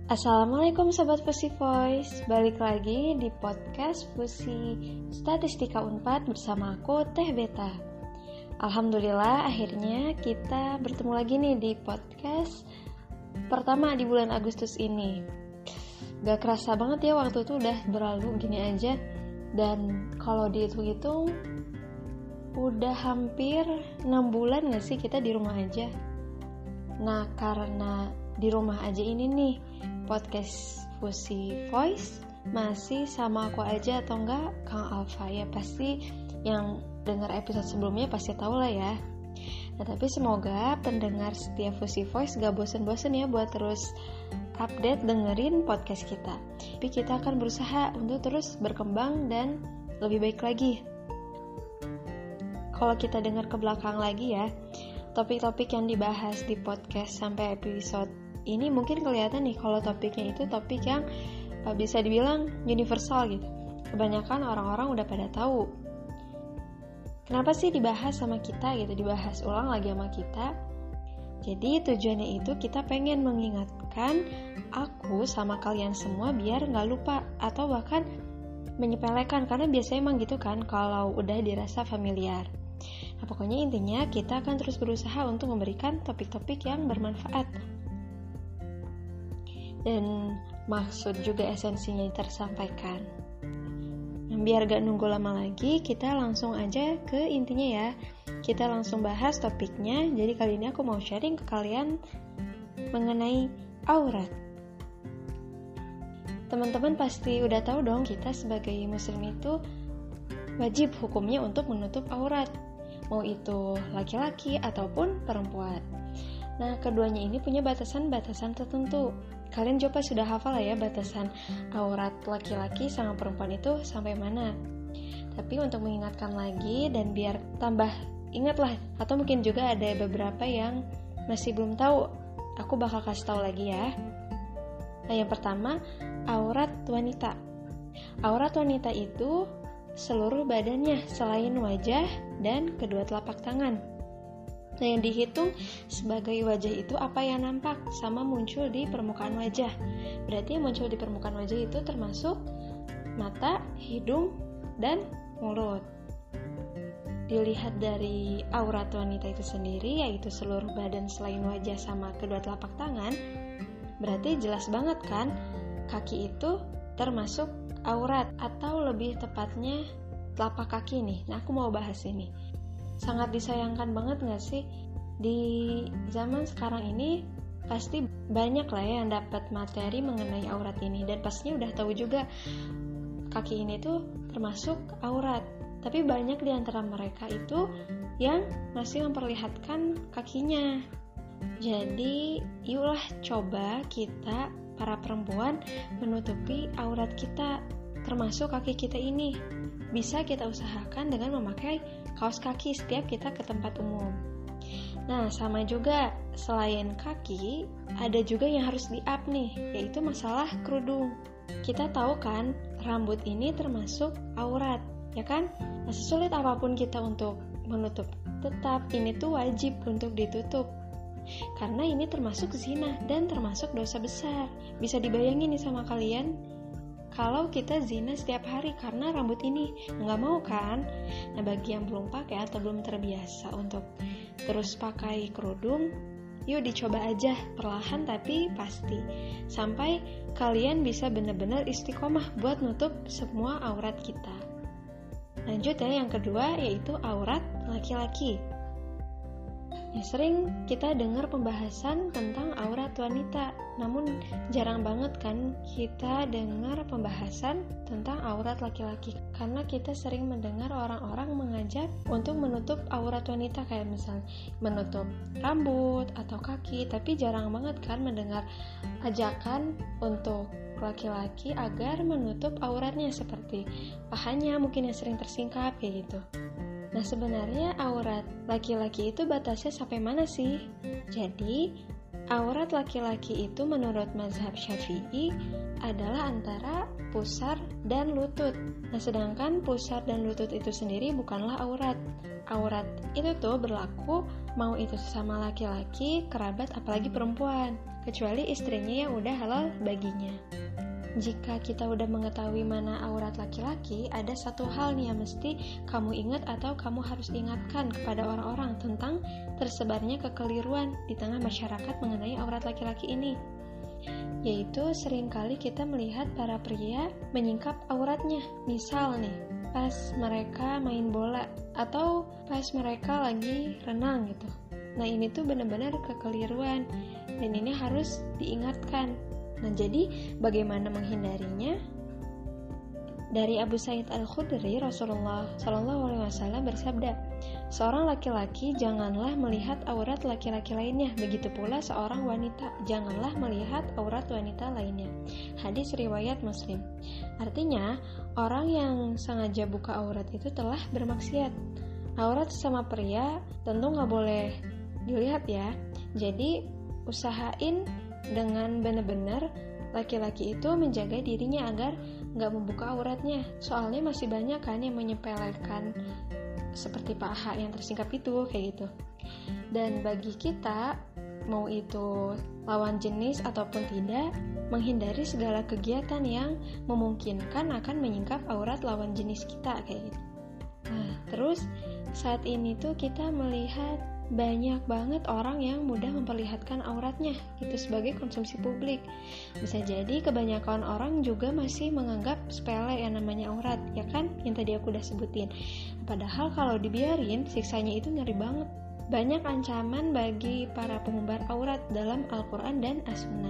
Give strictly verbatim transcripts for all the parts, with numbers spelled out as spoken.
Assalamualaikum Sobat Fusi Voice, balik lagi di podcast Fusi Statistika Unpad bersama aku Teh Beta. Alhamdulillah akhirnya kita bertemu lagi nih di podcast pertama di bulan Agustus ini. Gak kerasa banget ya waktu itu udah berlalu gini aja. Dan kalau dihitung-hitung udah hampir enam bulan gak sih kita di rumah aja. Nah karena di rumah aja ini nih podcast Fusi Voice masih sama aku aja atau enggak Kang Alfa, ya pasti yang dengar episode sebelumnya pasti tahu lah ya. Nah tapi semoga pendengar setia Fusi Voice gak bosen-bosen ya buat terus update dengerin podcast kita. Tapi kita akan berusaha untuk terus berkembang dan lebih baik lagi. Kalau kita dengar ke belakang lagi ya, topik-topik yang dibahas di podcast sampai episode ini mungkin kelihatan nih kalau topiknya itu topik yang uh, bisa dibilang universal gitu. Kebanyakan orang-orang udah pada tahu. Kenapa sih dibahas sama kita gitu, dibahas ulang lagi sama kita? Jadi tujuannya itu kita pengen mengingatkan aku sama kalian semua biar gak lupa atau bahkan menyepelekan, karena biasanya emang gitu kan kalau udah dirasa familiar. Nah pokoknya intinya kita akan terus berusaha untuk memberikan topik-topik yang bermanfaat dan maksud juga esensinya tersampaikan. Nah, biar gak nunggu lama lagi, kita langsung aja ke intinya ya. Kita langsung bahas topiknya. Jadi kali ini aku mau sharing ke kalian mengenai aurat. Teman-teman pasti udah tahu dong, kita sebagai muslim itu wajib hukumnya untuk menutup aurat, mau itu laki-laki ataupun perempuan. Nah, keduanya ini punya batasan-batasan tertentu. Kalian coba sudah hafal lah ya batasan aurat laki-laki sama perempuan itu sampai mana. Tapi untuk mengingatkan lagi dan biar tambah ingat lah, atau mungkin juga ada beberapa yang masih belum tahu, aku bakal kasih tahu lagi ya. Nah, yang pertama, aurat wanita. Aurat wanita itu seluruh badannya selain wajah dan kedua telapak tangan. Nah yang dihitung sebagai wajah itu apa yang nampak sama muncul di permukaan wajah. Berarti yang muncul di permukaan wajah itu termasuk mata, hidung, dan mulut. Dilihat dari aurat wanita itu sendiri, yaitu seluruh badan selain wajah sama kedua telapak tangan, berarti jelas banget kan kaki itu termasuk aurat, atau lebih tepatnya telapak kaki nih. Nah aku mau bahas ini. Sangat disayangkan banget gak sih di zaman sekarang ini pasti banyak lah ya yang dapat materi mengenai aurat ini, dan pastinya udah tahu juga kaki ini tuh termasuk aurat. Tapi banyak di antara mereka itu yang masih memperlihatkan kakinya. Jadi yuklah coba kita para perempuan menutupi aurat kita, termasuk kaki kita ini. Bisa kita usahakan dengan memakai kaos kaki setiap kita ke tempat umum. Nah sama juga, selain kaki ada juga yang harus di-up nih, yaitu masalah kerudung. Kita tahu kan rambut ini termasuk aurat, ya kan? Nah sesulit apapun kita untuk menutup, tetap ini tuh wajib untuk ditutup, karena ini termasuk zina dan termasuk dosa besar. Bisa dibayangin nih sama kalian kalau kita zina setiap hari karena rambut ini, nggak mau kan? Nah bagi yang belum pakai atau belum terbiasa untuk terus pakai kerudung, yuk dicoba aja perlahan tapi pasti, sampai kalian bisa benar-benar istiqomah buat nutup semua aurat kita. Lanjut ya, yang kedua yaitu aurat laki-laki. Ya, sering kita dengar pembahasan tentang aurat wanita, namun jarang banget kan kita dengar pembahasan tentang aurat laki-laki, karena kita sering mendengar orang-orang mengajak untuk menutup aurat wanita, kayak misal menutup rambut atau kaki, tapi jarang banget kan mendengar ajakan untuk laki-laki agar menutup auratnya seperti pahanya mungkin yang sering tersingkap kayak gitu. Nah sebenarnya aurat laki-laki itu batasnya sampai mana sih? Jadi aurat laki-laki itu menurut mazhab Syafi'i adalah antara pusar dan lutut. Nah sedangkan pusar dan lutut itu sendiri bukanlah aurat. Aurat itu tuh berlaku mau itu sesama laki-laki, kerabat, apalagi perempuan, kecuali istrinya yang udah halal baginya. Jika kita udah mengetahui mana aurat laki-laki, ada satu hal nih yang mesti kamu ingat atau kamu harus ingatkan kepada orang-orang tentang tersebarnya kekeliruan di tengah masyarakat mengenai aurat laki-laki ini. Yaitu seringkali kita melihat para pria menyingkap auratnya. Misal nih, pas mereka main bola atau pas mereka lagi renang gitu. Nah ini tuh benar-benar kekeliruan dan ini harus diingatkan. Nah jadi bagaimana menghindarinya? Dari Abu Sa'id Al-Khudri, Rasulullah Shallallahu Alaihi Wasallam bersabda, seorang laki-laki janganlah melihat aurat laki-laki lainnya, begitu pula seorang wanita janganlah melihat aurat wanita lainnya. Hadis riwayat Muslim. Artinya, orang yang sengaja buka aurat itu telah bermaksiat. Aurat sesama pria tentu nggak boleh dilihat ya. Jadi usahain dengan benar-benar laki-laki itu menjaga dirinya agar nggak membuka auratnya. Soalnya masih banyak kan yang menyepelekan seperti paha yang tersingkap itu kayak gitu. Dan bagi kita, mau itu lawan jenis ataupun tidak, menghindari segala kegiatan yang memungkinkan akan menyingkap aurat lawan jenis kita kayak gitu. Nah, terus saat ini tuh kita melihat banyak banget orang yang mudah memperlihatkan auratnya gitu sebagai konsumsi publik. Bisa jadi kebanyakan orang juga masih menganggap sepele yang namanya aurat, ya kan? Yang tadi aku udah sebutin. Padahal kalau dibiarin, siksanya itu ngeri banget. Banyak ancaman bagi para pengumbar aurat dalam Al-Quran dan As-Sunnah.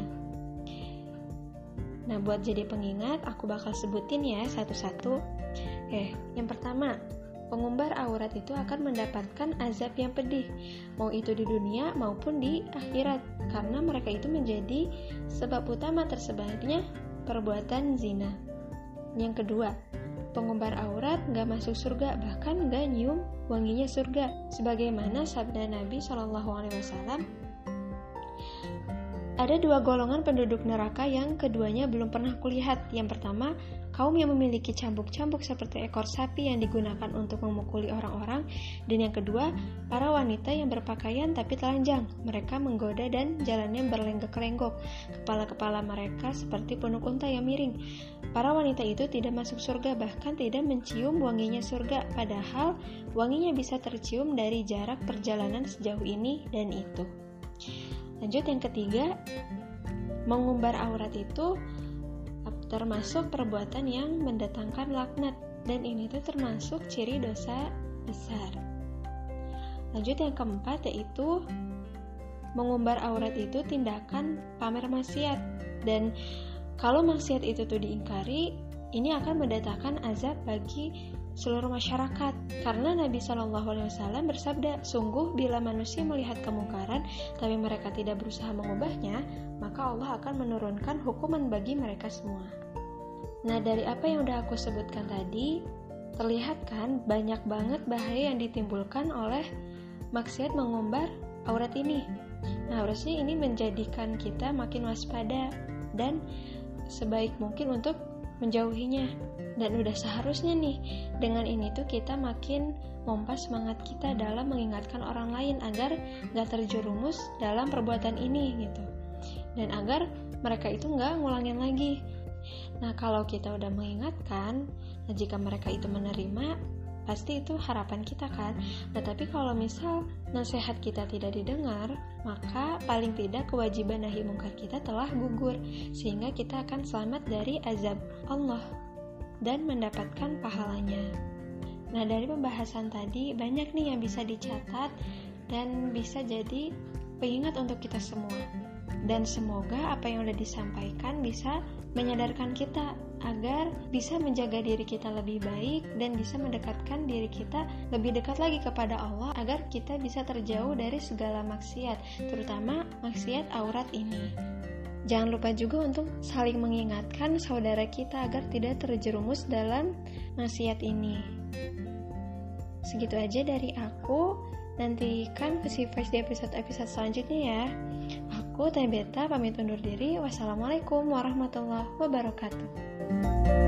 Nah, buat jadi pengingat, aku bakal sebutin ya satu-satu. Eh, yang pertama, pengumbar aurat itu akan mendapatkan azab yang pedih, mau itu di dunia maupun di akhirat, karena mereka itu menjadi sebab utama tersebarnya perbuatan zina. Yang kedua, pengumbar aurat gak masuk surga, bahkan gak nyium wanginya surga, sebagaimana sabda Nabi shallallahu alaihi wasallam, ada dua golongan penduduk neraka yang keduanya belum pernah kulihat. Yang pertama, kaum yang memiliki cambuk-cambuk seperti ekor sapi yang digunakan untuk memukuli orang-orang. Dan yang kedua, para wanita yang berpakaian tapi telanjang. Mereka menggoda dan jalannya berlenggak-lenggok. Kepala-kepala mereka seperti punuk unta yang miring. Para wanita itu tidak masuk surga, bahkan tidak mencium wanginya surga. Padahal wanginya bisa tercium dari jarak perjalanan sejauh ini dan itu. Lanjut yang ketiga, mengumbar aurat itu termasuk perbuatan yang mendatangkan laknat, dan ini tuh termasuk ciri dosa besar. Lanjut yang keempat, yaitu mengumbar aurat itu tindakan pamer maksiat, dan kalau maksiat itu tuh diingkari, ini akan mendatangkan azab bagi seluruh masyarakat, karena Nabi shallallahu alaihi wasallam bersabda, sungguh bila manusia melihat kemungkaran tapi mereka tidak berusaha mengubahnya, maka Allah akan menurunkan hukuman bagi mereka semua. Nah, dari apa yang udah aku sebutkan tadi, terlihat kan banyak banget bahaya yang ditimbulkan oleh maksiat mengumbar aurat ini. Nah, harusnya ini menjadikan kita makin waspada dan sebaik mungkin untuk menjauhinya. Dan udah seharusnya nih, dengan ini tuh kita makin mompa semangat kita dalam mengingatkan orang lain agar gak terjerumus dalam perbuatan ini gitu, dan agar mereka itu gak ngulangin lagi. Nah, kalau kita udah mengingatkan, nah jika mereka itu menerima, pasti itu harapan kita kan. Nah, tapi kalau misal nasihat kita tidak didengar, maka paling tidak kewajiban nahi mungkar kita telah gugur, sehingga kita akan selamat dari azab Allah dan mendapatkan pahalanya. Nah, dari pembahasan tadi banyak nih yang bisa dicatat dan bisa jadi pengingat untuk kita semua. Dan semoga apa yang udah disampaikan bisa menyadarkan kita agar bisa menjaga diri kita lebih baik dan bisa mendekatkan diri kita lebih dekat lagi kepada Allah agar kita bisa terjauh dari segala maksiat, terutama maksiat aurat ini. Jangan lupa juga untuk saling mengingatkan saudara kita agar tidak terjerumus dalam maksiat ini. Segitu aja dari aku. Nantikan Pussy Voice di episode-episode selanjutnya ya. Aku Teh Beta pamit undur diri. Wassalamualaikum warahmatullahi wabarakatuh.